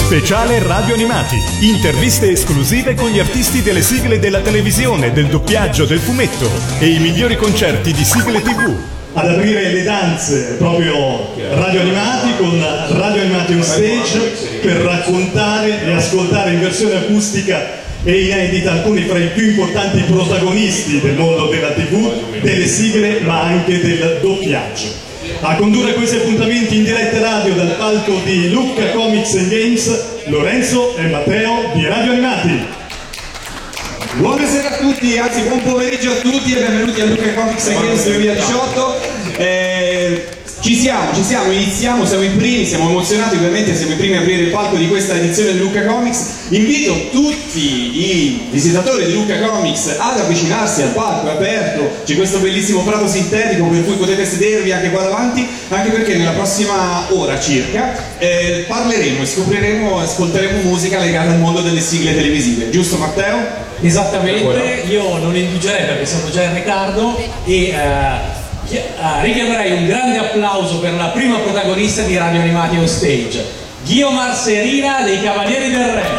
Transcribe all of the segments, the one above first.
Speciale Radio Animati. Interviste esclusive con gli artisti delle sigle della televisione, del doppiaggio, del fumetto e i migliori concerti di sigle TV. Ad aprire le danze proprio Radio Animati con Radio Animati on Stage per raccontare e ascoltare in versione acustica e inedita alcuni fra i più importanti protagonisti del mondo della TV, delle sigle ma anche del doppiaggio. A condurre questi appuntamenti in diretta radio dal palco di Lucca Comics and Games, Lorenzo e Matteo di Radio Animati. Buonasera a tutti, anzi buon pomeriggio a tutti e benvenuti a Lucca Comics and Games 2018. Ci siamo, iniziamo, siamo i primi, siamo emozionati, ovviamente siamo i primi a aprire il palco di questa edizione di Lucca Comics. Invito tutti i visitatori di Lucca Comics ad avvicinarsi al palco, è aperto, c'è questo bellissimo prato sintetico per cui potete sedervi anche qua davanti, anche perché nella prossima ora circa parleremo e scopriremo, ascolteremo musica legata al mondo delle sigle televisive, giusto Matteo? Esattamente, io non indugerei perché siamo già in ritardo e richiamerei un grande applauso per la prima protagonista di Radio Animati on Stage, Ghiomar Serina dei Cavalieri del Re.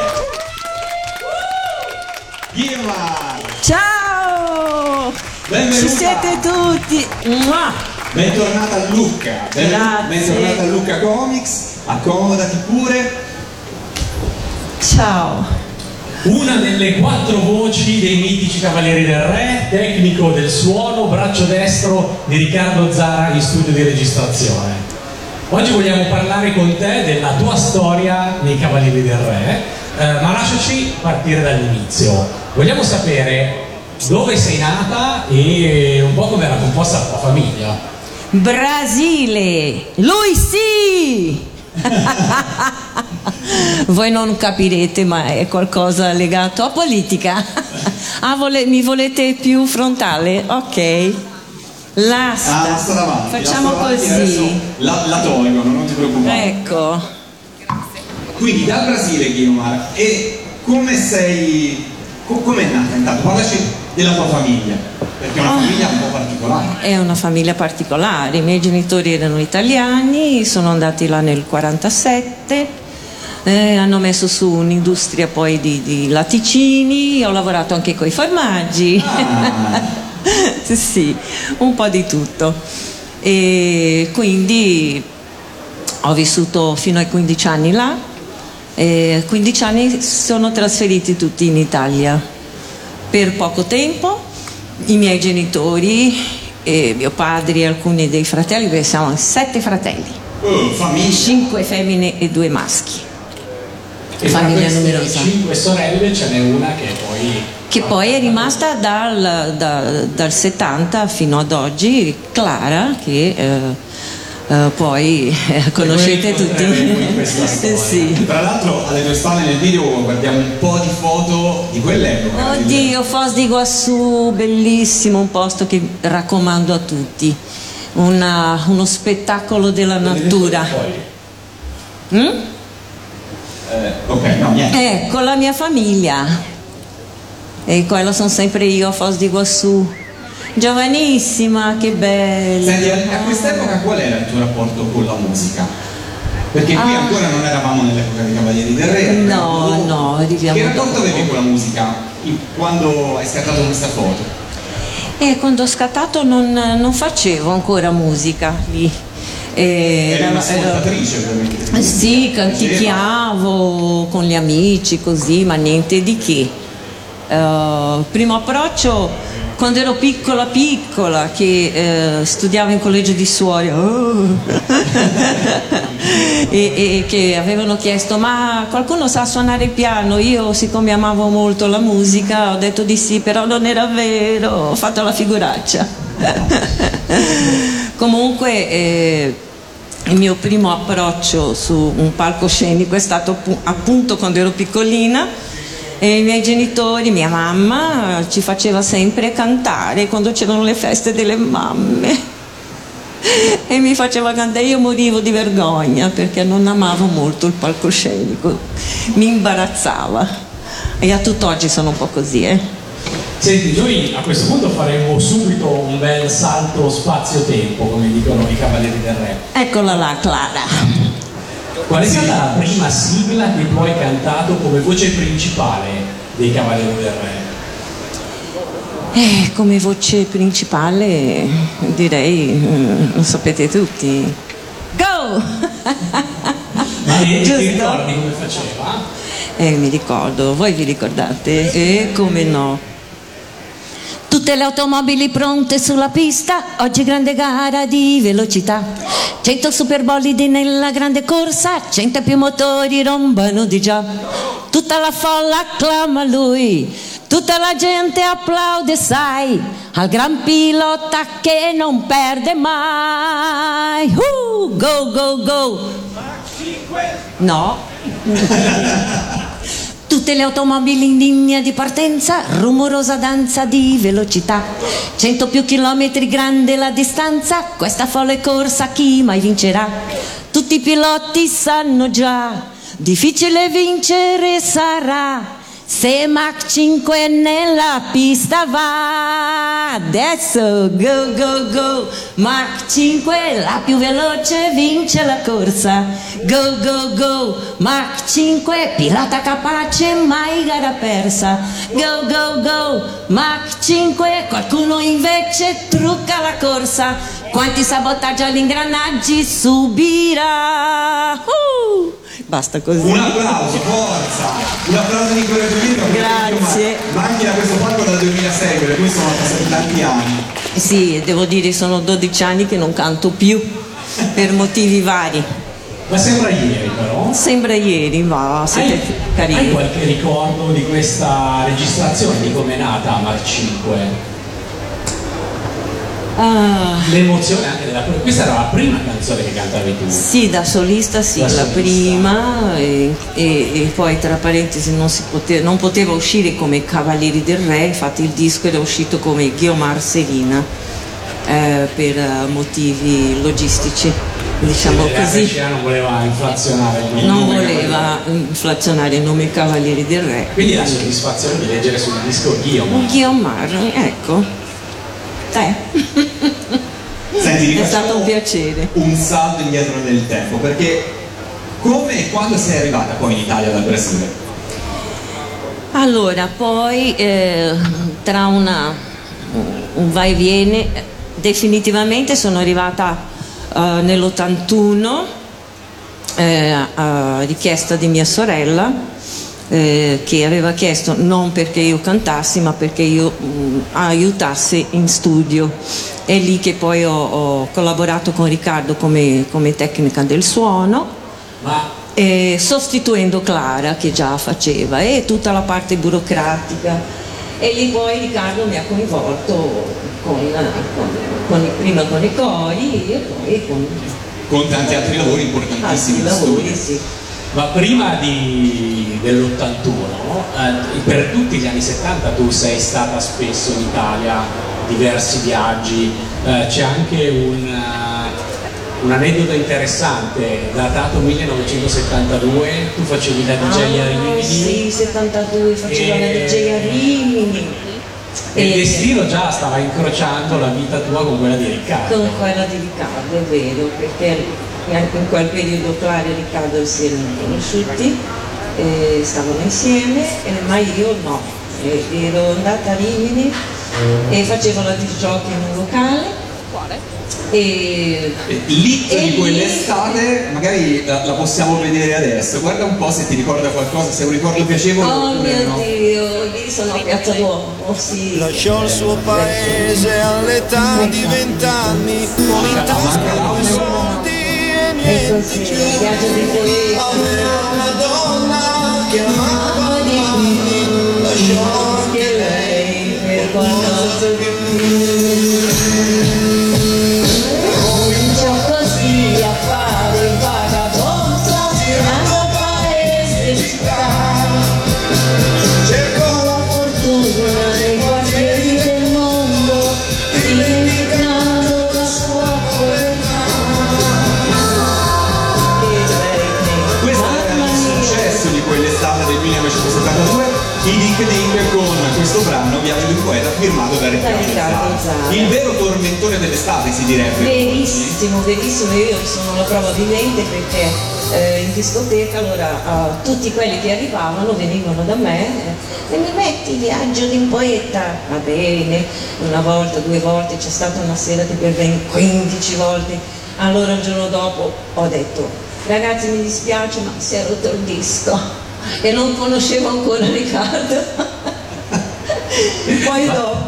Ghiomar! Ciao! Benvenuta! Ci siete tutti! Mua! Bentornata a Lucca! Bentornata a Lucca Comics, accomodati pure! Ciao! Una delle 4 voci dei mitici Cavalieri del Re, tecnico del suono, braccio destro di Riccardo Zara in studio di registrazione. Oggi vogliamo parlare con te della tua storia nei Cavalieri del Re, ma lasciaci partire dall'inizio. Vogliamo sapere dove sei nata e un po' come era composta la tua famiglia. Brasile! Lui sì! Voi non capirete, ma è qualcosa legato a politica. Mi volete più frontale? Ok. Basta davanti. Facciamo così. La tolgono, non ti preoccupare. Ecco. Quindi dal Brasile, Ghiomar, e come sei... Com'è nata? Intanto parlaci della tua famiglia, perché è una famiglia un po' particolare. È una famiglia particolare, i miei genitori erano italiani, sono andati là nel 47, hanno messo su un'industria poi di latticini, ho lavorato anche coi formaggi, sì, un po' di tutto. E quindi ho vissuto fino ai 15 anni là. 15 anni sono trasferiti tutti in Italia per poco tempo, i miei genitori e mio padre e alcuni dei fratelli, perché siamo 7 fratelli, 5 femmine e 2 maschi, e famiglia numerosa. 5 sorelle ce n'è una che poi è rimasta dal 70 fino ad oggi, Clara, che poi conoscete tutti. Sì. Tra l'altro alle tue spalle nel video guardiamo un po' di foto di quell'epoca. Oddio, Foz di Iguaçu, bellissimo, un posto che raccomando a tutti, uno spettacolo della natura. Con la mia famiglia, e quella sono sempre io a Foz di Iguaçu. Giovanissima, che bella. Senti, a quest'epoca qual era il tuo rapporto con la musica? Perché qui ancora non eravamo nell'epoca dei Cavalieri del Re. No, arriviamo. Che rapporto avevi con la musica quando hai scattato questa foto? Quando ho scattato non facevo ancora musica lì. Eri un'ascoltatrice ovviamente. Sì, canticchiavo con gli amici così, ma niente di che. Primo approccio quando ero piccola che studiavo in collegio di suori e che avevano chiesto ma qualcuno sa suonare il piano, io siccome amavo molto la musica ho detto di sì, però non era vero, ho fatto la figuraccia. Comunque il mio primo approccio su un palcoscenico è stato appunto quando ero piccolina. E i miei genitori, mia mamma ci faceva sempre cantare quando c'erano le feste delle mamme e mi faceva cantare, io morivo di vergogna perché non amavo molto il palcoscenico, mi imbarazzava e a tutt'oggi sono un po' così. Senti, noi a questo punto faremo subito un bel salto spazio-tempo, come dicono i Cavalieri del Re. Eccola là, Clara. Qual è stata la prima sigla che tu hai cantato come voce principale dei Cavalieri del Re? Come voce principale direi, lo sapete tutti. Go! Ma ti ricordi come faceva? Mi ricordo, voi vi ricordate? Come no? Tutte le automobili pronte sulla pista, oggi grande gara di velocità. 100 superbolidi nella grande corsa, 100 più motori rombano di già. Tutta la folla acclama lui, tutta la gente applaude, sai, al gran pilota che non perde mai. Go, go, go! No. Tutte le automobili in linea di partenza, rumorosa danza di velocità. 100 più chilometri grande la distanza, questa folle corsa chi mai vincerà? Tutti i piloti sanno già, difficile vincere sarà. Se Mach 5 nella pista va, adesso go go go, Mach 5 la più veloce vince la corsa. Go go go, Mach 5 pilota capace mai gara persa. Go go go, Mach 5 qualcuno invece trucca la corsa. Quanti sabotaggi agli ingranaggi subirà? Basta così. Un applauso, forza! Un applauso di incoraggiamento. Grazie. Manchi da questo palco dal 2006, per cui sono passati tanti anni. Sì, devo dire sono 12 anni che non canto più, per motivi vari. Ma sembra ieri però. Sembra ieri, ma siete carini. Hai qualche ricordo di questa registrazione, di come è nata Mach 5? L'emozione anche della... Questa era la prima canzone che cantavi tu? Sì, da solista sì, da la solista. prima e poi tra parentesi non poteva uscire come Cavalieri del Re, infatti il disco era uscito come Guiomar Serina per motivi logistici, diciamo così. Non voleva inflazionare il Non nome voleva inflazionare il nome Cavalieri del Re. Quindi la soddisfazione di leggere sul disco Guiomar. Guiomar, ecco. Senti, È stato un piacere. Un salto indietro nel tempo, perché come e quando sei arrivata poi in Italia dal Brasile? Allora, poi tra un va e viene, definitivamente sono arrivata nell'81 a richiesta di mia sorella, che aveva chiesto non perché io cantassi ma perché io aiutassi in studio. È lì che poi ho collaborato con Riccardo come tecnica del suono, sostituendo Clara che già faceva, e tutta la parte burocratica, e lì poi Riccardo mi ha coinvolto prima con i cori e poi con tanti altri lavori importantissimi altri in lavori, studio. sì. Ma prima dell'81, per tutti gli anni 70 tu sei stata spesso in Italia, diversi viaggi, c'è anche un aneddoto interessante, datato 1972, tu facevi la DJ a Rimini. Sì, 72, facevo la DJ a Rimini. E il destino già stava incrociando la vita tua con quella di Riccardo. Con quella di Riccardo, è vero, perché anche in quel periodo Clara e Riccardo si erano conosciuti, stavano insieme, ma io no, ero andata a Rimini e facevo la disc jockey in un locale. L'hit di quell'estate magari la possiamo vedere adesso. Guarda un po' se ti ricorda qualcosa, se è un ricordo piacevole. Oh mio no. Dio, lì sono a Piazza Duomo, sì. Lasciò il suo paese all'età di 20 anni, con in tasca 2 soldi e E niente così, più. viaggio di poeta. Aveva una donna che amava lui, lasciò Anche lei per qualcosa di più. Cominciò così a fare il vagabondo, girando paese e città. cercò La fortuna nei quartieri del mondo, dimenticando la sua povertà. Questo era il successo di quell'estate del 1972, i Dick Dick con questo questo brano, Viaggio di un poeta, firmato da Riccardo Zara. Il vero tormentore dell'estate, si direbbe. Verissimo, verissimo, io sono la prova vivente perché in discoteca allora tutti quelli che arrivavano venivano da me e mi metti Viaggio di un poeta, va bene, una volta, 2 volte, c'è stata una sera che per 15 volte, allora il giorno dopo ho detto ragazzi mi dispiace ma si è rotto il disco e non conoscevo ancora Riccardo. Poi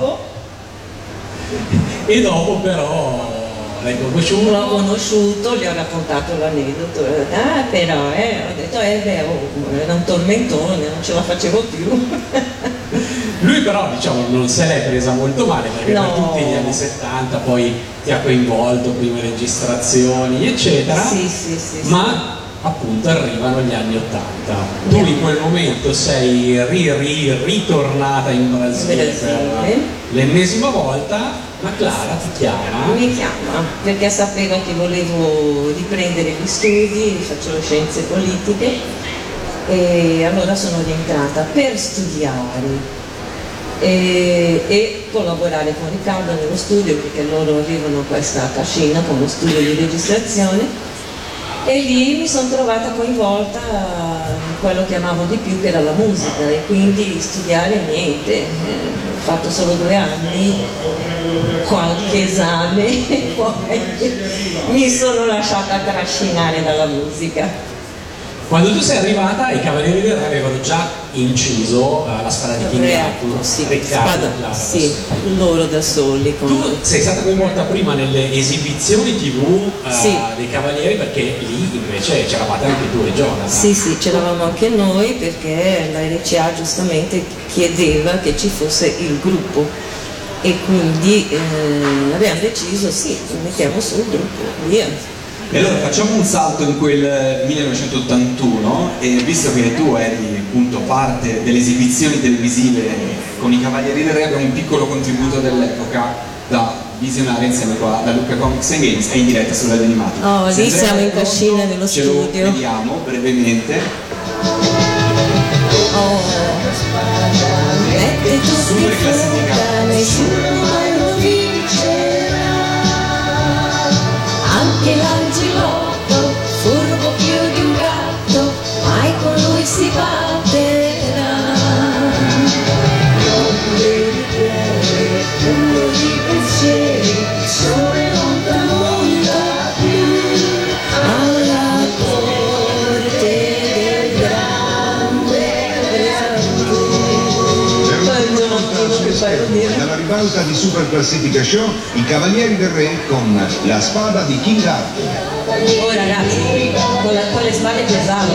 dopo però l'hai conosciuto? L'ho conosciuto, gli ho raccontato l'aneddoto, però ho detto era un tormentone, non ce la facevo più. Lui però diciamo non se l'è presa molto male perché per tutti gli anni 70 poi ti ha coinvolto, prime registrazioni eccetera, sì. ma appunto arrivano gli anni 80. Tu in quel momento sei ritornata in Brasile per l'ennesima volta, ma Clara ti chiama? Mi chiama perché sapeva che volevo riprendere gli studi, facevo scienze politiche e allora sono rientrata per studiare e collaborare con Riccardo nello studio perché loro avevano questa cascina con lo studio di registrazione. E lì mi sono trovata coinvolta in quello che amavo di più, che era la musica, e quindi studiare niente, ho fatto solo 2 anni, qualche esame, e poi mi sono lasciata trascinare dalla musica. Quando tu sei arrivata i Cavalieri del Re avevano già inciso la Spada di King Arthur, sì, Riccardo, sì, loro da soli. Tu sei stata coinvolta prima nelle esibizioni TV dei Cavalieri perché lì invece c'eravate anche tu e Jonathan. Sì, c'eravamo anche noi perché la RCA giustamente chiedeva che ci fosse il gruppo e quindi abbiamo deciso sì, mettiamo su il gruppo, via. E allora facciamo un salto in quel 1981 e visto che tu eri appunto parte delle esibizioni televisive con i Cavalieri del Re, abbiamo un piccolo contributo dell'epoca da visionare insieme qua da Lucca Comics and Games e in diretta su Radio Animati. Oh, lì siamo in cascina nello studio. Ce lo vediamo brevemente. Super classificato. Anche l'angelotto, furbo più di un gatto, mai con lui si batterà. Notte di di pensieri, il sole non tramonta più, alla corte del grande dalla ribalta di Super Classifica Show, i Cavalieri del Re con la Spada di King Arthur. Oh ragazzi, con le spade pesavano,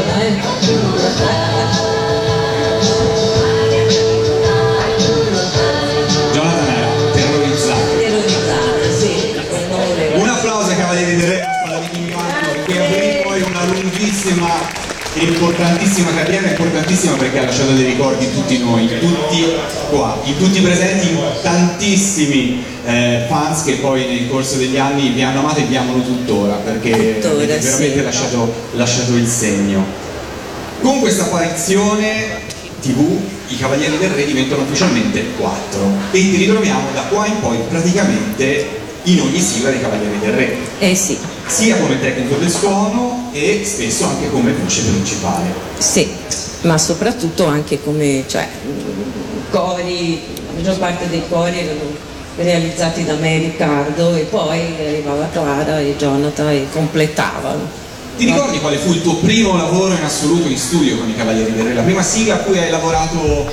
Jonathan era terrorizzato. Sì. Un applauso ai Cavalieri del Re, Spada di King Arthur, che aprì poi una lunghissima e importantissima carriera, importantissima perché ha lasciato dei ricordi in tutti noi, tutti qua, in tutti presenti, in tantissimi fans che poi nel corso degli anni vi hanno amato e vi amano tuttora perché avete veramente lasciato il segno. Con questa apparizione TV i Cavalieri del Re diventano ufficialmente 4 e ti ritroviamo da qua in poi praticamente in ogni sigla dei Cavalieri del Re. Sì. Sia come tecnico del suono e spesso anche come voce principale. Sì, ma soprattutto anche come, cori, la maggior parte dei cori erano realizzati da me e Riccardo e poi arrivava Clara e Jonathan e completavano. Ti ricordi quale fu il tuo primo lavoro in assoluto in studio con i Cavalieri del Re? La prima sigla a cui hai lavorato?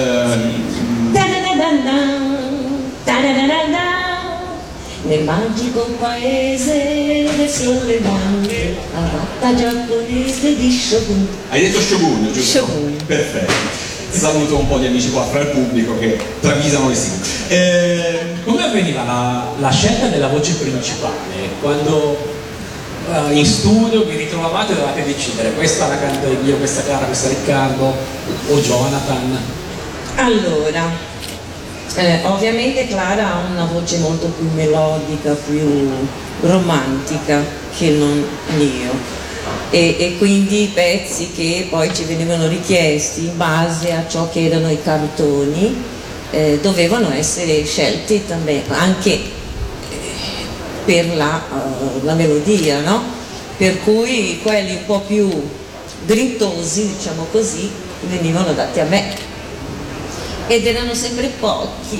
Nel magico paese del sole levante, la matta giapponese di Shogun. Hai detto Shogun, giusto? Shogun. Perfetto. Saluto un po' di amici qua fra il pubblico che travisano le sigle. Come avveniva la scelta della voce principale? Quando in studio vi ritrovavate e dovevate decidere questa la canto io, questa Clara, questa Riccardo o Jonathan? Allora, ovviamente Clara ha una voce molto più melodica, più romantica che non io e quindi i pezzi che poi ci venivano richiesti in base a ciò che erano i cartoni dovevano essere scelti anche per la melodia, no? Per cui quelli un po' più grintosi, diciamo così, venivano dati a me, ed erano sempre pochi.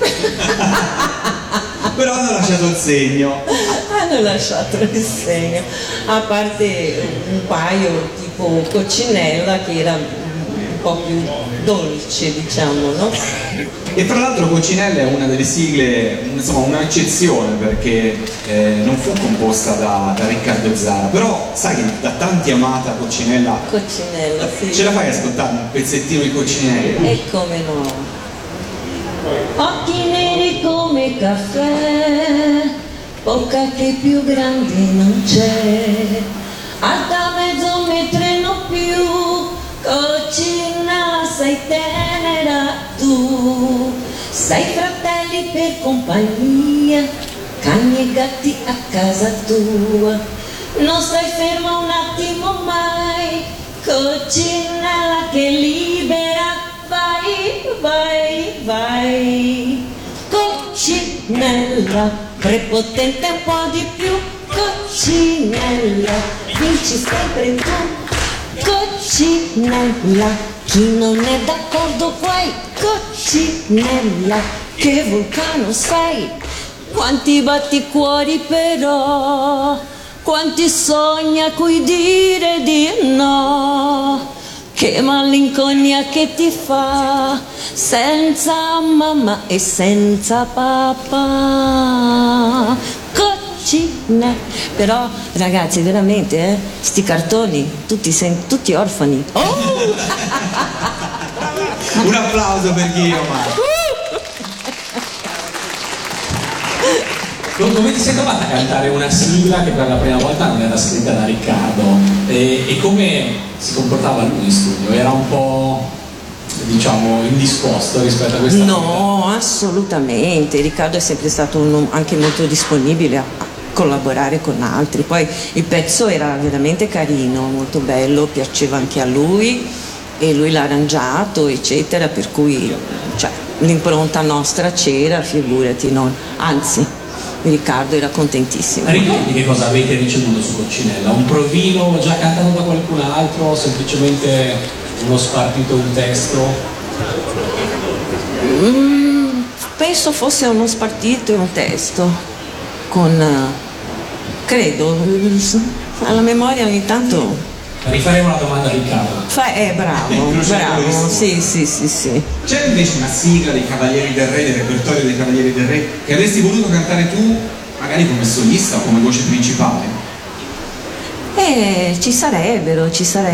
Però hanno lasciato il segno. Hanno lasciato il segno, a parte un paio tipo Coccinella, che era un po' più dolce, diciamo, no? E tra l'altro Coccinella è una delle sigle, insomma, un'eccezione, perché non fu composta da Riccardo Zara, però sai che da tanti amata Coccinella, Sì. Ce la fai ascoltare un pezzettino di Coccinella? E come no? Occhi neri come caffè, bocca che più grande non c'è, alta mezzo metro e non più, Coccina sei tenera tu, sei fratelli per compagnia, cani e gatti a casa tua, non stai ferma un attimo mai, Coccinella che libera, vai, vai, vai, Coccinella, prepotente un po' di più, Coccinella, vinci sempre tu, Coccinella, chi non è d'accordo guai, Coccinella, che vulcano sei, quanti batticuori però, quanti sogni a cui dire di no, che malinconia che ti fa, senza mamma e senza papà, Coccina. Però ragazzi, veramente, sti cartoni, tutti orfani. Oh! Un applauso per Guillaume. Come ti sei trovata a cantare una sigla che per la prima volta non era scritta da Riccardo? E come si comportava lui in studio? Era un po', diciamo, indisposto rispetto a questa sigla? No, assolutamente. Riccardo è sempre stato anche molto disponibile a collaborare con altri. Poi il pezzo era veramente carino, molto bello, piaceva anche a lui e lui l'ha arrangiato, eccetera, per cui l'impronta nostra c'era, figurati, anzi, Riccardo era contentissimo. Ricordi che cosa avete ricevuto su Coccinella? Un provino già cantato da qualcun altro? Semplicemente uno spartito, un testo? Penso fosse uno spartito e un testo con, credo, alla memoria ogni tanto. Rifaremo una domanda a Riccardo. Bravo, sì. C'è invece una sigla dei Cavalieri del Re, del repertorio dei Cavalieri del Re, che avresti voluto cantare tu, magari come solista o come voce principale? Ci sarebbero.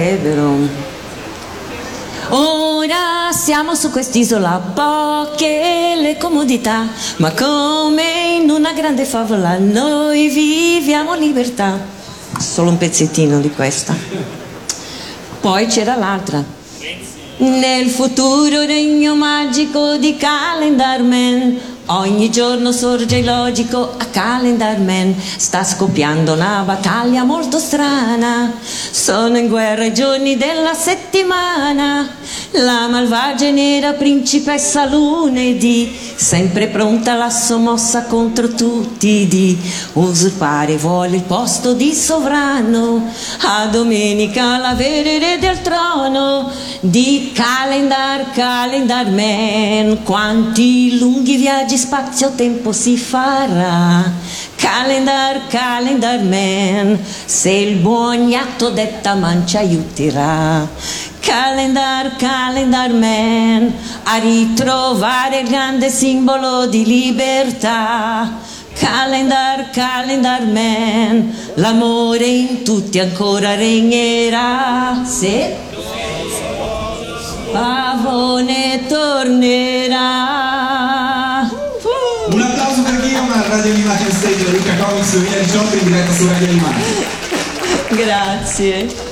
Ora siamo su quest'isola, poche le comodità, ma come in una grande favola noi viviamo libertà. Solo un pezzettino di questa. Poi c'era l'altra. Nel futuro regno magico di Calendar Man, ogni giorno sorge illogico a Calendar Man, sta scoppiando una battaglia molto strana, sono in guerra i giorni della settimana, la malvagia e nera principessa lunedì, sempre pronta alla sommossa contro tutti di usurpare vuole il posto di sovrano, a domenica l'avere re del trono di Calendar Man, quanti lunghi viaggi spazio-tempo si farà, Calendar Man, se il buon gatto detta man ci aiuterà, Calendar Man, a ritrovare il grande simbolo di libertà, Calendar Man, l'amore in tutti ancora regnerà, se Pavone tornerà. Un applauso per Guillaume al Radio Animati on Stage da Luca Comics 2018 in diretta su Radio Animati. Grazie.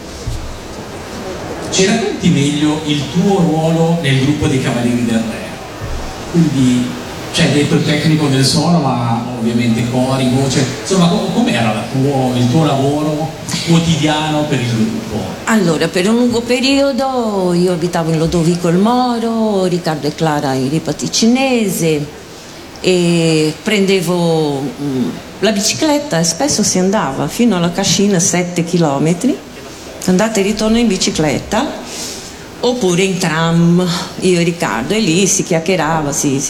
Ci racconti meglio il tuo ruolo nel gruppo dei Cavalieri del Re? Quindi, hai detto il tecnico del suono, ma ovviamente cori, voce, insomma com'era il tuo lavoro quotidiano per il gruppo? Allora, per un lungo periodo io abitavo in Lodovico il Moro, Riccardo e Clara in Ripati Cinese, e prendevo la bicicletta e spesso si andava fino alla Cascina, 7 chilometri, andata e ritorno in bicicletta, oppure in tram, io e Riccardo, e lì si chiacchierava,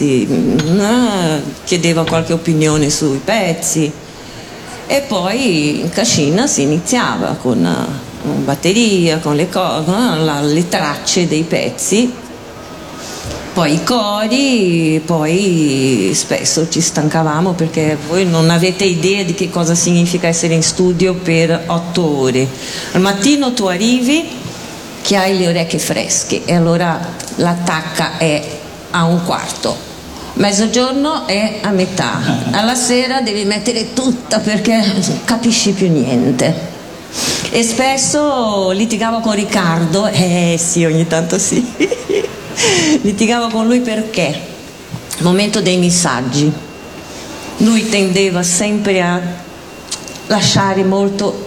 chiedeva qualche opinione sui pezzi, e poi in Cascina si iniziava con batteria, con le tracce dei pezzi, poi i cori, poi spesso ci stancavamo perché voi non avete idea di che cosa significa essere in studio per 8 ore. Al mattino tu arrivi che hai le orecchie fresche e allora l'attacca è a 1/4, mezzogiorno è a metà, alla sera devi mettere tutta perché non capisci più niente. E spesso litigavo con Riccardo, sì, ogni tanto sì, litigavo con lui perché al momento dei missaggi lui tendeva sempre a lasciare molto,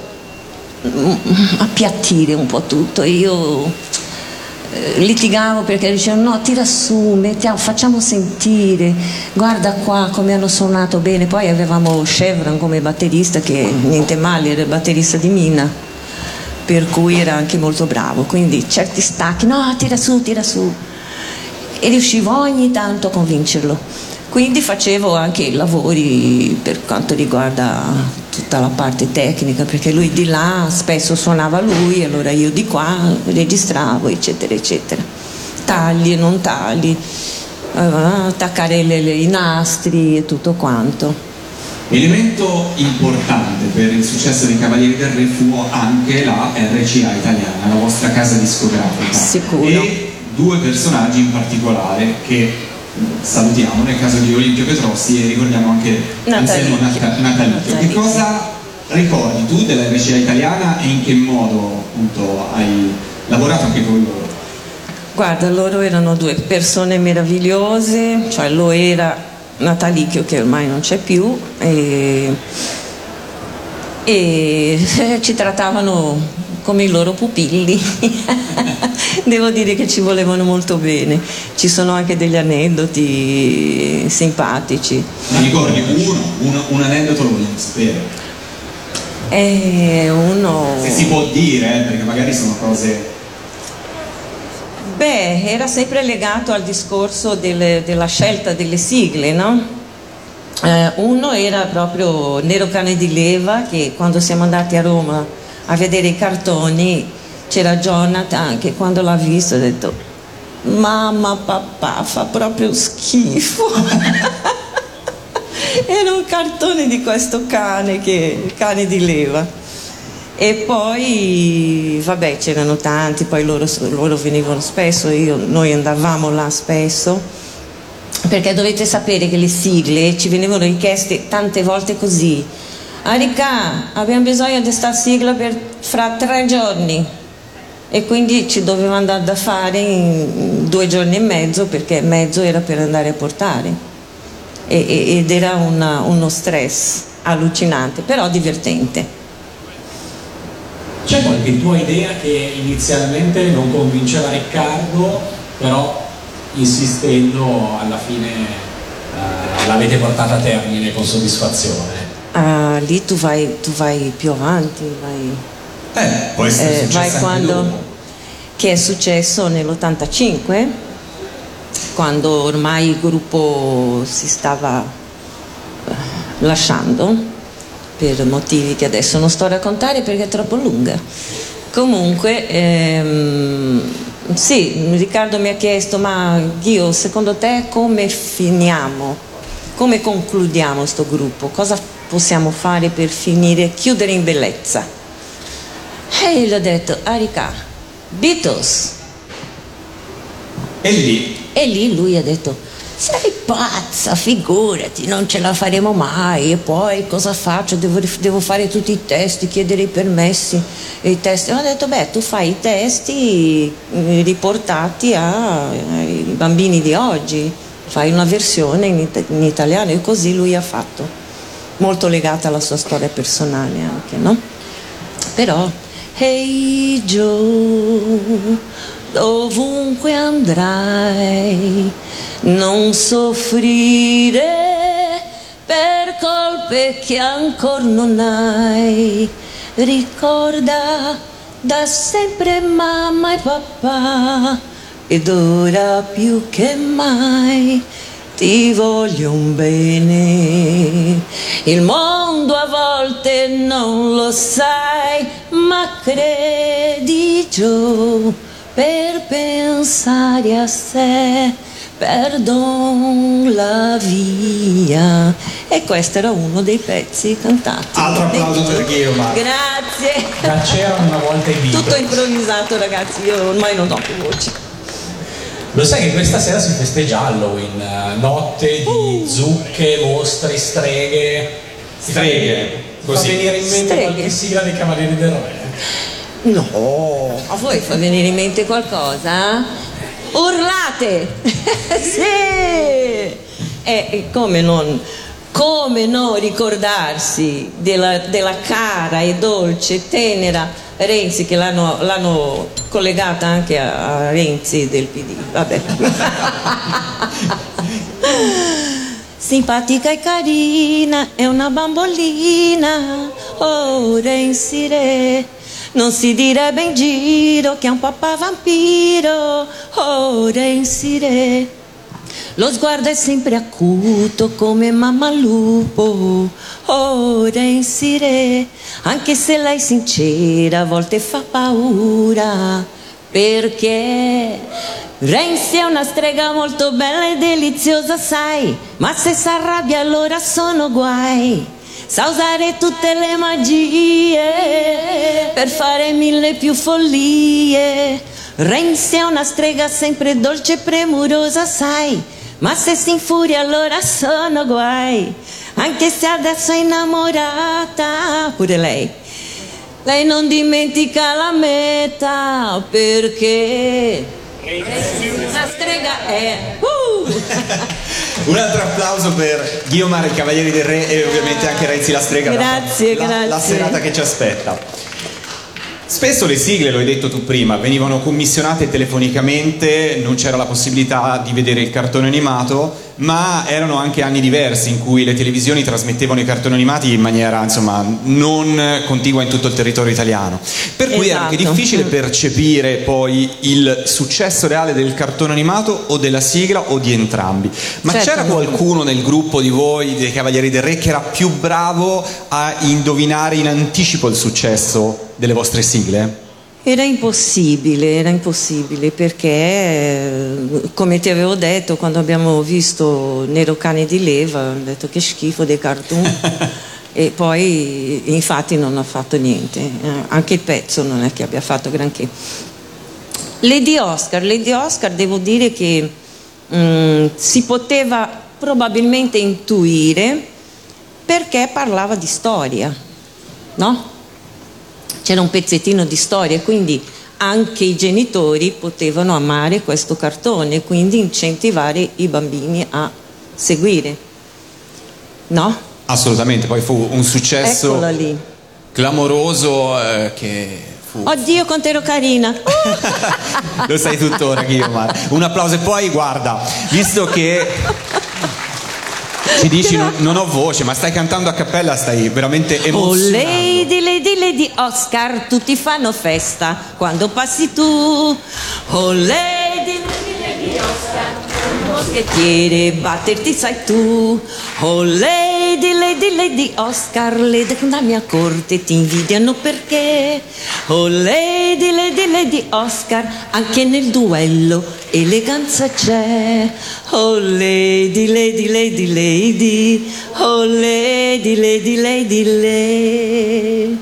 appiattire un po' tutto. Io litigavo perché dicevano no, tira su, facciamo sentire, guarda qua come hanno suonato bene. Poi avevamo Chevron come batterista, che niente male, era il batterista di Mina, per cui era anche molto bravo, quindi certi stacchi, no, tira su, e riuscivo ogni tanto a convincerlo. Quindi facevo anche lavori per quanto riguarda tutta la parte tecnica, perché lui di là spesso suonava lui, allora io di qua registravo, eccetera eccetera, tagli e non tagli, attaccare i nastri e tutto quanto. Elemento importante per il successo dei Cavalieri del Re fu anche la RCA italiana, la vostra casa discografica. Sicuro. E 2 personaggi in particolare che salutiamo, nel caso di Olimpio Petrossi, e ricordiamo anche Anselmo Natalicchio. Che cosa ricordi tu della RCA italiana e in che modo appunto hai lavorato anche con loro? Guarda, loro erano 2 persone meravigliose, cioè lo era Natalicchio, che ormai non c'è più, e ci trattavano come i loro pupilli. Devo dire che ci volevano molto bene. Ci sono anche degli aneddoti simpatici. Mi ricordi un aneddoto, lo vogliamo sapere? Se si può dire, perché magari sono cose... Beh, era sempre legato al discorso della scelta delle sigle, no? Uno era proprio Nero Cane di Leva, che quando siamo andati a Roma a vedere i cartoni c'era Jonathan che quando l'ha visto ha detto mamma, papà, fa proprio schifo. Era un cartone di questo cane di Leva. E poi vabbè, c'erano tanti, poi loro venivano spesso, noi andavamo là spesso, perché dovete sapere che le sigle ci venivano richieste tante volte così: Arica, abbiamo bisogno di sta sigla fra 3 giorni, e quindi ci doveva andare da fare in 2 giorni e mezzo, perché mezzo era per andare a portare, ed era uno stress allucinante, però divertente. C'è qualche tua idea che inizialmente non convinceva Riccardo, però insistendo alla fine l'avete portata a termine con soddisfazione? Lì tu vai più avanti, può essere vai che è successo nell'85, quando ormai il gruppo si stava lasciando per motivi che adesso non sto a raccontare perché è troppo lunga. Comunque sì, Riccardo mi ha chiesto: ma Ghio, secondo te come finiamo? Come concludiamo sto gruppo? Cosa possiamo fare per chiudere in bellezza? E io gli ho detto: Arica, Beatles. E lì lui ha detto: sei pazza, figurati, non ce la faremo mai, e poi cosa faccio? Devo fare tutti i testi, chiedere i permessi e i testi. Ho detto: beh, tu fai i testi riportati ai bambini di oggi, fai una versione in italiano, e così lui ha fatto. molto legata alla sua storia personale anche, no? Però, hey Joe, dovunque andrai, non soffrire per colpe che ancora non hai. Ricorda da sempre mamma e papà, ed ora più che mai ti voglio un bene. Il mondo a volte non lo sai, ma credi Joe, per pensare a sé perdon la via. E questo era uno dei pezzi cantati. Altro applauso per Ghioma. Grazie. Da c'erano una volta i Beatles. Tutto improvvisato, ragazzi, io ormai non ho più voci. Lo sai che questa sera si festeggia Halloween, notte di zucche, mostri, streghe. Streghe, Ti fa venire in mente Streghe. qualche sigla dei Cavalieri del Re? No, a voi fa venire in mente qualcosa? Urlate! Sì! Come non ricordarsi della cara e dolce e tenera Renzi, che l'hanno collegata anche a Renzi del PD, vabbè. Simpatica e carina, è una bambolina, oh Renzi Re. Non si direbbe in giro che è un papà vampiro, oh Renzi Re. Lo sguardo è sempre acuto come mamma lupo, oh Renzi Re. Anche se lei sincera a volte fa paura, perché Renzi è una strega molto bella e deliziosa, sai, ma se s'arrabbia allora sono guai. Sa usare tutte le magie per fare mille più follie. Renzi è una strega sempre dolce e premurosa, sai, ma se si infuria allora sono guai. Anche se adesso è innamorata, pure lei non dimentica la meta, perché una strega è Un altro applauso per Ghioma, i Cavalieri del Re, e ovviamente anche Renzi la strega. Grazie, grazie. La serata che ci aspetta. Spesso le sigle, lo hai detto tu prima, venivano commissionate telefonicamente, non c'era la possibilità di vedere il cartone animato, ma erano anche anni diversi in cui le televisioni trasmettevano i cartoni animati in maniera, insomma, non contigua in tutto il territorio italiano. Per cui era anche difficile percepire poi il successo reale del cartone animato o della sigla o di entrambi. Ma c'era qualcuno nel gruppo di voi, dei Cavalieri del Re, che era più bravo a indovinare in anticipo il successo delle vostre sigle? Era impossibile perché, come ti avevo detto, quando abbiamo visto Nero cane di leva, ho detto che schifo dei cartoon e poi infatti non ha fatto niente, anche il pezzo non è che abbia fatto granché. Lady Oscar devo dire che si poteva probabilmente intuire perché parlava di storia, no? C'era un pezzettino di storia, quindi anche i genitori potevano amare questo cartone e quindi incentivare i bambini a seguire, no? Assolutamente, poi fu un successo Eccola lì. clamoroso che fu... Oddio quanto ero carina! Lo sai tuttora, Ghioma. Un applauso. E poi guarda, visto che ci dici non ho voce, ma stai cantando a cappella, stai veramente emozionando. Oh Lady Oscar, tutti fanno festa quando passi tu. Oh Lady Oscar, moschettiere, batterti sai tu. Oh Lady Oscar, le della mia corte ti invidiano perché. Oh Lady Oscar, anche nel duello eleganza c'è. Oh Lady, oh Lady.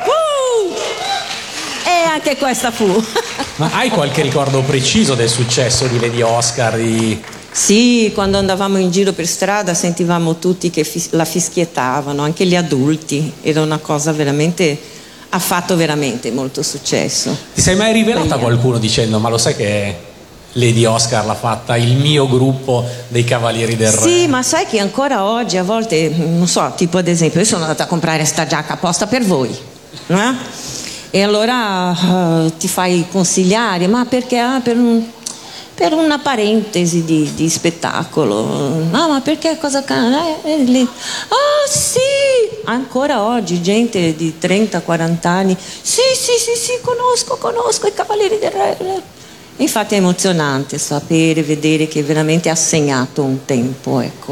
E anche questa fu. Ma hai qualche ricordo preciso del successo di Lady Oscar? Sì, quando andavamo in giro per strada sentivamo tutti che la fischiettavano, anche gli adulti, era una cosa veramente, ha fatto veramente molto successo. Ti sei mai rivelata a qualcuno dicendo ma lo sai che Lady Oscar l'ha fatta il mio gruppo dei Cavalieri del Re. Sì, ma sai che ancora oggi a volte, non so, tipo ad esempio, io sono andata a comprare sta giacca apposta per voi, e allora ti fai consigliare, ma perché? Per una parentesi di spettacolo. No, ma perché cosa canta? Ah, sì! Ancora oggi gente di 30-40 anni, sì, conosco i Cavalieri del Re. Infatti è emozionante sapere, vedere che veramente ha segnato un tempo, ecco.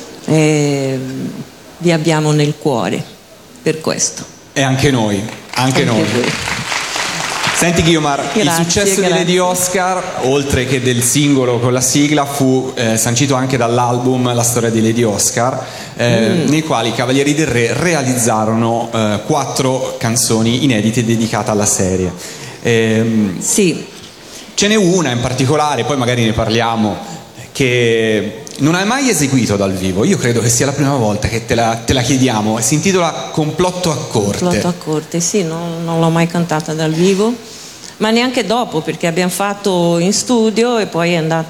Vi abbiamo nel cuore per questo. E anche noi, anche noi. Voi. Senti Guiomar, il successo di Lady Oscar, oltre che del singolo con la sigla, fu sancito anche dall'album La storia di Lady Oscar, nei quali i Cavalieri del Re realizzarono 4 canzoni inedite dedicate alla serie. Sì. Ce n'è una in particolare, poi magari ne parliamo, che non hai mai eseguito dal vivo. Io credo che sia la prima volta che te la chiediamo. Si intitola Complotto a corte. Complotto a corte, sì, non l'ho mai cantata dal vivo, ma neanche dopo, perché abbiamo fatto in studio e poi è andata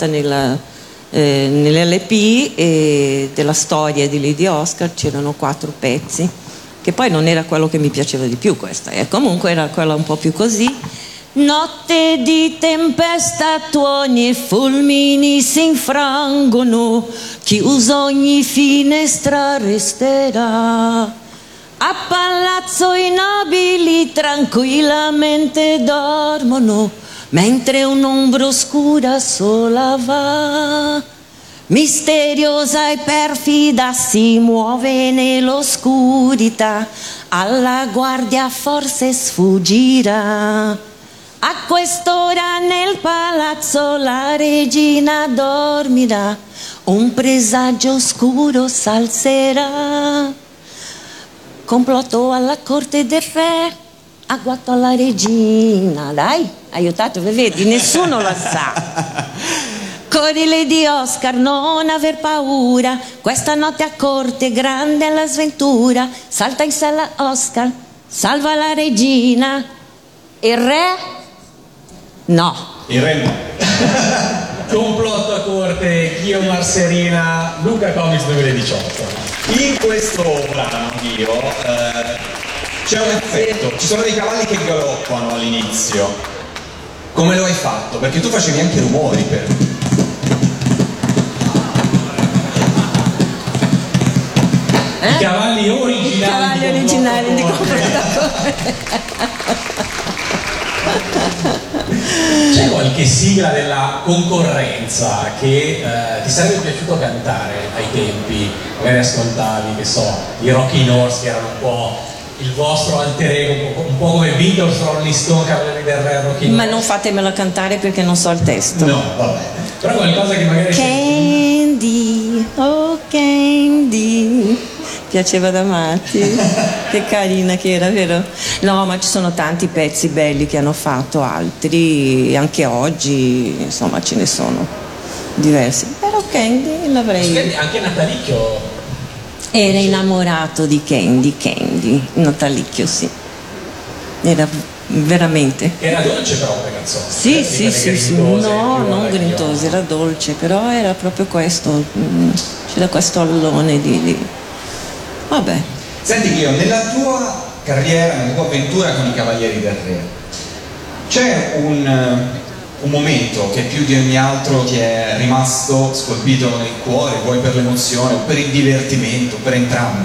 nell'LP della storia di Lady Oscar. C'erano 4 pezzi, che poi non era quello che mi piaceva di più, questa, comunque era quella un po' più così. Notte di tempesta, tuoni e fulmini si infrangono, chiuso ogni finestra resterà. A palazzo i nobili tranquillamente dormono, mentre un'ombra oscura sola va. Misteriosa e perfida si muove nell'oscurità, alla guardia forse sfuggirà. A quest'ora nel palazzo la regina dormirà, un presagio oscuro s'alzerà. Complotto alla corte del re, agguato alla regina. Dai, aiutate, vedi, nessuno la sa. Corri Lady Oscar, non aver paura, questa notte a corte grande è la sventura. Salta in sella Oscar, salva la regina. Il re? No. Il re no. Complotto a corte, Guiomar Serina, Luca Comics 2018. In questo brano, Dio, c'è un effetto, ci sono dei cavalli che galoppano all'inizio. Come lo hai fatto? Perché tu facevi anche rumori per... I cavalli originali di Complotto a corte. C'è qualche sigla della concorrenza che ti sarebbe piaciuto cantare ai tempi? Magari ascoltavi, che so, i Rocking Horse, che erano un po' il vostro alter ego, un po' come Beatles, Rolling Stone, Cavalieri del Re, Rocking Horse. Ma non fatemela cantare perché non so il testo. No, vabbè. Però qualcosa che magari... Candy, oh Candy, piaceva da matti. Che carina che era, vero? No, ma ci sono tanti pezzi belli che hanno fatto altri, anche oggi, insomma ce ne sono diversi. Però Candy l'avrei... Anche Natalicchio era innamorato di Candy, Natalicchio, sì. Era veramente... Era dolce però la canzone. Sì, no, non grintosa, era dolce, però era proprio questo, c'era questo allone di... Vabbè. Senti Ghio, nella tua carriera, nella tua avventura con i Cavalieri del Re, c'è un momento che più di ogni altro ti è rimasto scolpito nel cuore, vuoi per l'emozione o per il divertimento, per entrambi?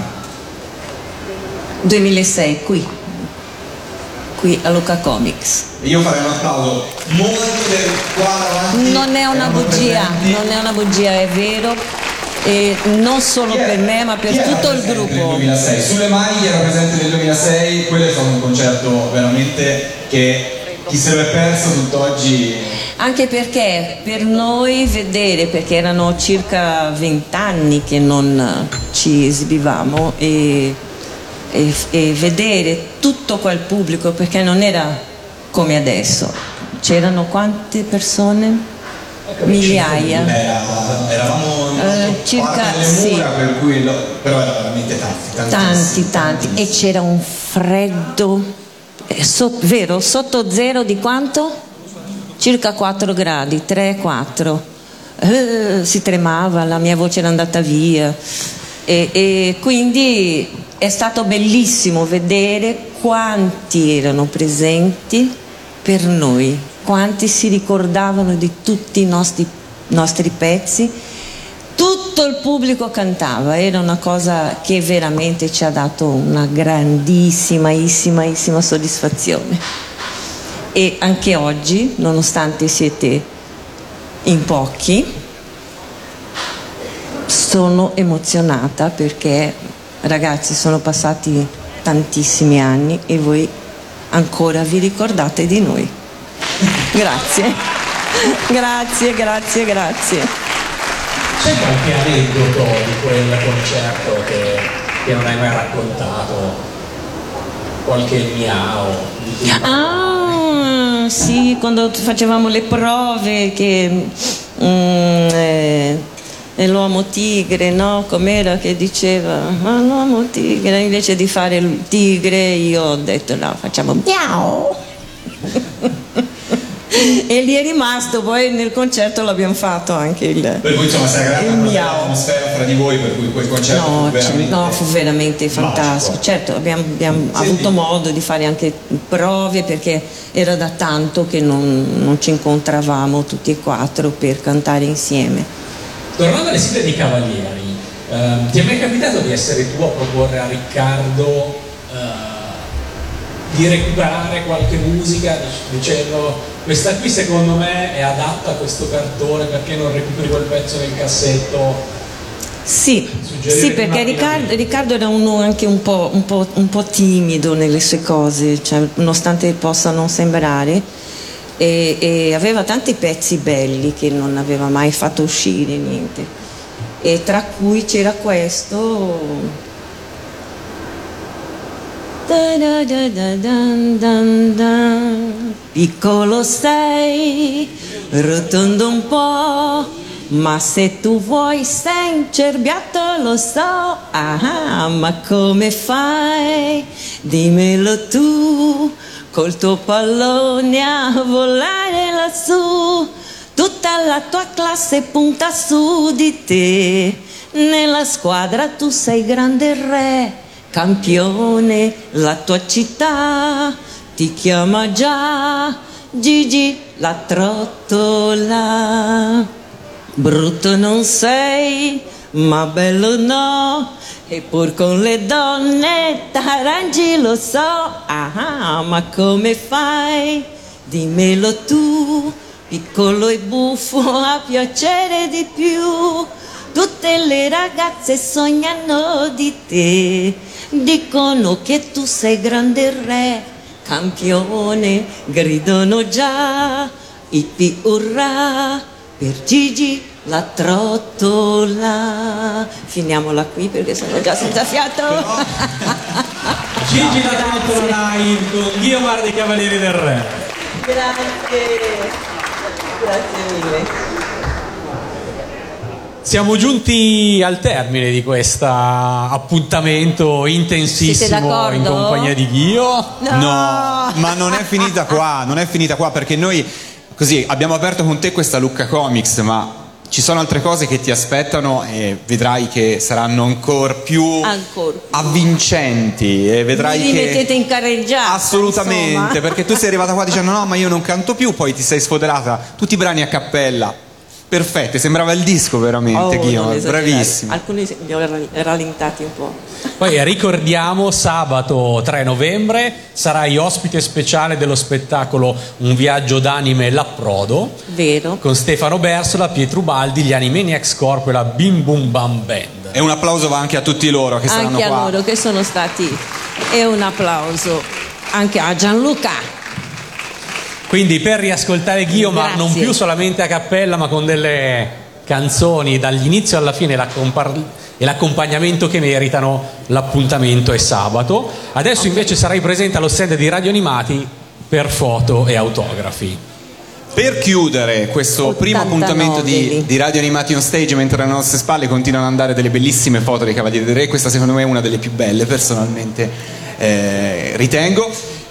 2006, qui a Luca Comics. Io farei un applauso molto del qua avanti. Non è una bugia, è vero. E non solo per me ma per tutto il gruppo. Nel 2006. Sulle maglie era presente nel 2006, quello è stato un concerto veramente che chi se lo è perso tutt'oggi. Anche perché per noi vedere, perché erano circa 20 anni che non ci esibivamo e vedere tutto quel pubblico, perché non era come adesso, c'erano quante persone? Migliaia. Eravamo circa delle mura, sì. Per cui però era veramente tanti e c'era un freddo vero, sotto zero di quanto? circa 4 gradi, 3-4. Si tremava, la mia voce era andata via e quindi è stato bellissimo vedere quanti erano presenti per noi, quanti si ricordavano di tutti i nostri pezzi. Tutto il pubblico cantava, era una cosa che veramente ci ha dato una grandissima soddisfazione. E anche oggi, nonostante siete in pochi, sono emozionata perché, ragazzi, sono passati tantissimi anni e voi ancora vi ricordate di noi. Grazie. Grazie. C'è qualche aneddoto di quel concerto che non hai mai raccontato? Qualche miao? Sì, quando facevamo le prove che l'uomo tigre, no? Com'era che diceva? Ma l'uomo tigre, invece di fare il tigre io ho detto no, facciamo miau. E lì è rimasto, poi nel concerto l'abbiamo fatto anche per cui insomma si è creata un'atmosfera fra di voi, per cui quel concerto fu veramente fantastico. Certo, abbiamo avuto modo di fare anche prove perché era da tanto che non ci incontravamo tutti e 4 per cantare insieme. Tornando alle sigle dei Cavalieri, ti è mai capitato di essere tu a proporre a Riccardo di recuperare qualche musica dicendo questa qui secondo me è adatta a questo cartone, perché non recuperi quel pezzo nel cassetto? Sì, perché Riccardo era uno anche un po' timido nelle sue cose, cioè, nonostante possa non sembrare, e aveva tanti pezzi belli che non aveva mai fatto uscire, niente, e tra cui c'era questo. Piccolo sei, rotondo un po', ma se tu vuoi sei incerbiato, lo so. Ma come fai? Dimmelo tu, col tuo pallone a volare lassù. Tutta la tua classe punta su di te, nella squadra tu sei grande re, campione, la tua città ti chiama già Gigi la trottola. Brutto non sei, ma bello no, e pur con le donne t'arrangi, lo so. Ma come fai? Dimmelo tu, piccolo e buffo a piacere di più. Tutte le ragazze sognano di te, dicono che tu sei grande re, campione, gridano già, ippi urrà, per Gigi la trottola. Finiamola qui perché sono già senza fiato. Gigi la trottola live con Guiomar dei Cavalieri del Re. Grazie mille. Siamo giunti al termine di questo appuntamento intensissimo in compagnia di Ghio. No, ma non è finita qua, perché noi così abbiamo aperto con te questa Lucca Comics, ma ci sono altre cose che ti aspettano e vedrai che saranno ancora più avvincenti e vedrai mi mettete in carreggiata. Assolutamente, insomma. Perché tu sei arrivata qua dicendo no, ma io non canto più, poi ti sei sfoderata tutti i brani a cappella. Perfetto, sembrava il disco veramente, Ghio, bravissimo. Alcuni li ho rallentati un po'. Poi ricordiamo, sabato 3 novembre sarai ospite speciale dello spettacolo Un viaggio d'anime l'approdo. Vero. Con Stefano Bersola, Pietro Baldi, gli Animaniacs Corp e la Bim Bum Bam Band. E un applauso va anche a tutti loro che saranno qua. Anche a loro che sono stati. E un applauso anche a Gianluca. Quindi per riascoltare Ghio, ma non più solamente a cappella, ma con delle canzoni dall'inizio alla fine e l'accompagnamento che meritano, l'appuntamento è sabato. Adesso invece sarai presente allo stand di Radio Animati per foto e autografi. Per chiudere questo primo appuntamento di Radio Animati on Stage, mentre alle nostre spalle continuano ad andare delle bellissime foto dei Cavalieri del Re, questa secondo me è una delle più belle personalmente, ritengo.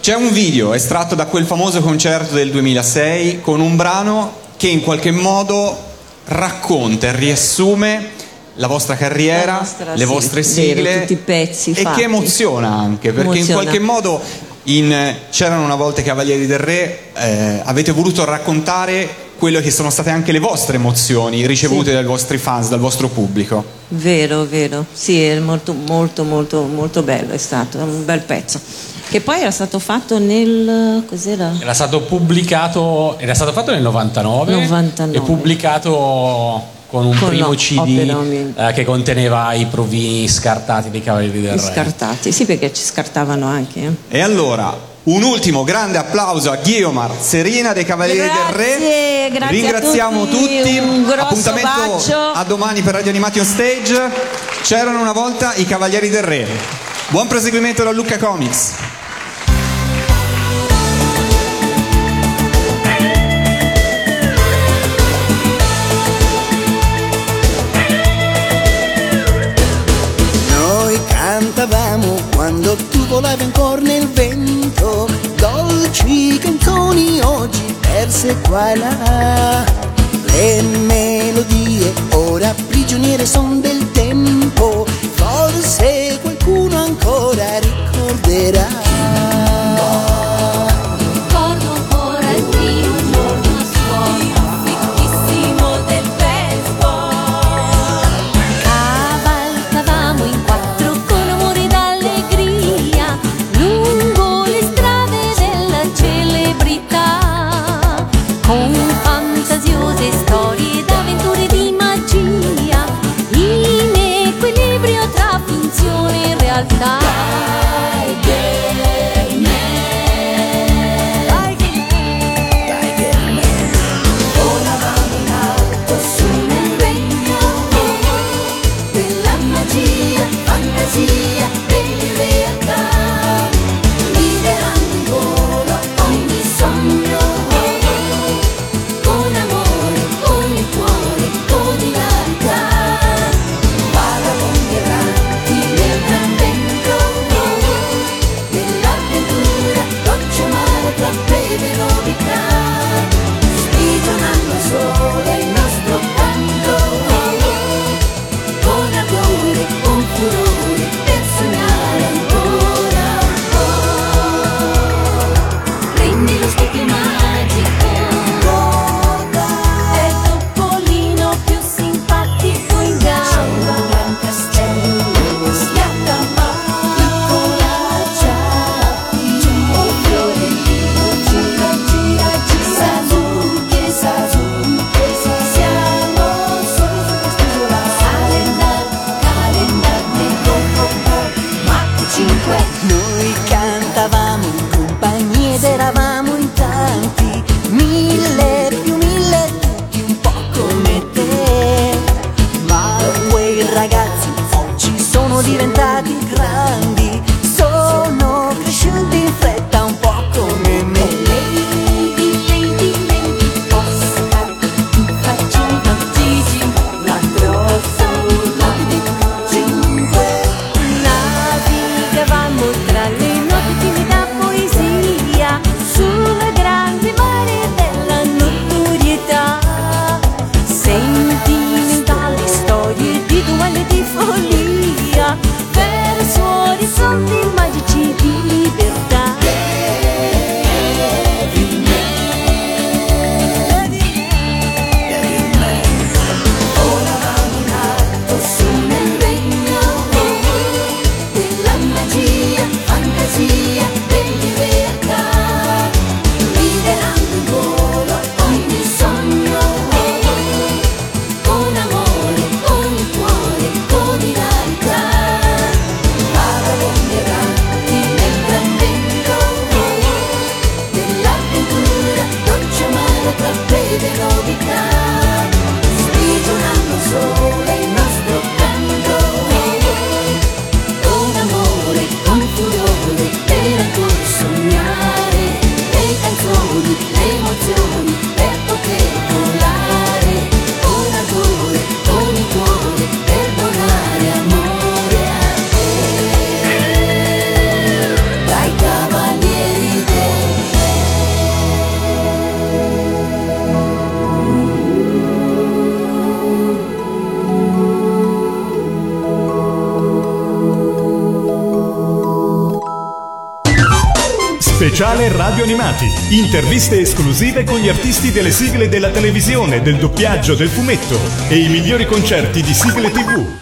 C'è un video estratto da quel famoso concerto del 2006 con un brano che in qualche modo racconta e riassume la vostra carriera, le vostre sigle, vero, tutti i pezzi e fatti. che emoziona anche, perché in qualche modo C'erano una volta i Cavalieri del Re, avete voluto raccontare quello che sono state anche le vostre emozioni ricevute dai vostri fans, dal vostro pubblico. Vero, sì, è molto bello, è stato un bel pezzo. Che poi era stato fatto cos'era? Era stato fatto nel 99. E pubblicato con un primo CD che conteneva i provini scartati dei Cavalieri del Re. Scartati, sì, perché ci scartavano anche. E allora, un ultimo grande applauso a Ghiomar Serina dei Cavalieri del Re. Grazie, ringraziamo tutti. Un grosso Appuntamento bacio. a domani per Radio Animati on Stage. C'erano una volta i Cavalieri del Re. Buon proseguimento da Lucca Comics. Cantavamo quando tu volavi ancora nel vento, dolci canzoni oggi perse qua e là. Le melodie ora prigioniere son del tempo, forse qualcuno ancora ricorderà. Ricordo ancora il primo giorno a scuola, fittissimo del baseball. Cavalcavamo in quattro con amore ed allegria lungo le strade della celebrità, con fantasiose storie d'avventure di magia, in equilibrio tra finzione e realtà. Volavamo in alto su nel regno della magia, fantasia e realtà, liberando in volo ogni sogno, con amore, con il cuore, con ilarità. Vagabondi erranti nel gran vento dell'avventura, dolce mare tra breve novità, sprigionando il sole il nostro canto, con ardore, con furore, per sognare ancora. Prendi lo specchio magico, è il topolino più simpatico in gamba, un gran castello, schiatta ma piccola già, un fiorellino gira, gira, gira, Sasuke, siamo soli su quest'isola, calendar, Mach 5. Noi cantavamo in compagnia ed eravamo in tanti, mille più mille, tutti un po' come te. Ma quei ragazzi oggi sono diventati grandi, sono cresciuti in fretta un po' come me. Oscar, Faccino, Gigi, la grossa, di 5. Navigavamo tra le note timida poesia, sulla grande mare della notorietà, sentimentali storie di duello e di follia, verso orizzonti magici di libertà. Volavamo in alto su nel regno della magia, fantasia delle realtà, liberando in volo ogni sogno, con amore, con il cuore, con ilarità. Vagabondi erranti nel gran vento dell'avventura, dolce amaro tra breve novità, sprigionando il sole il nostro canto, con amore, con furore, per ancora sognare, le canzoni, le emozioni, per poter volare, con ardore, con il cuore, per donare amore a te. Dai Cavalieri Speciale Radio Animati. Interviste esclusive con gli artisti delle sigle della televisione, del doppiaggio, del fumetto e i migliori concerti di sigle TV.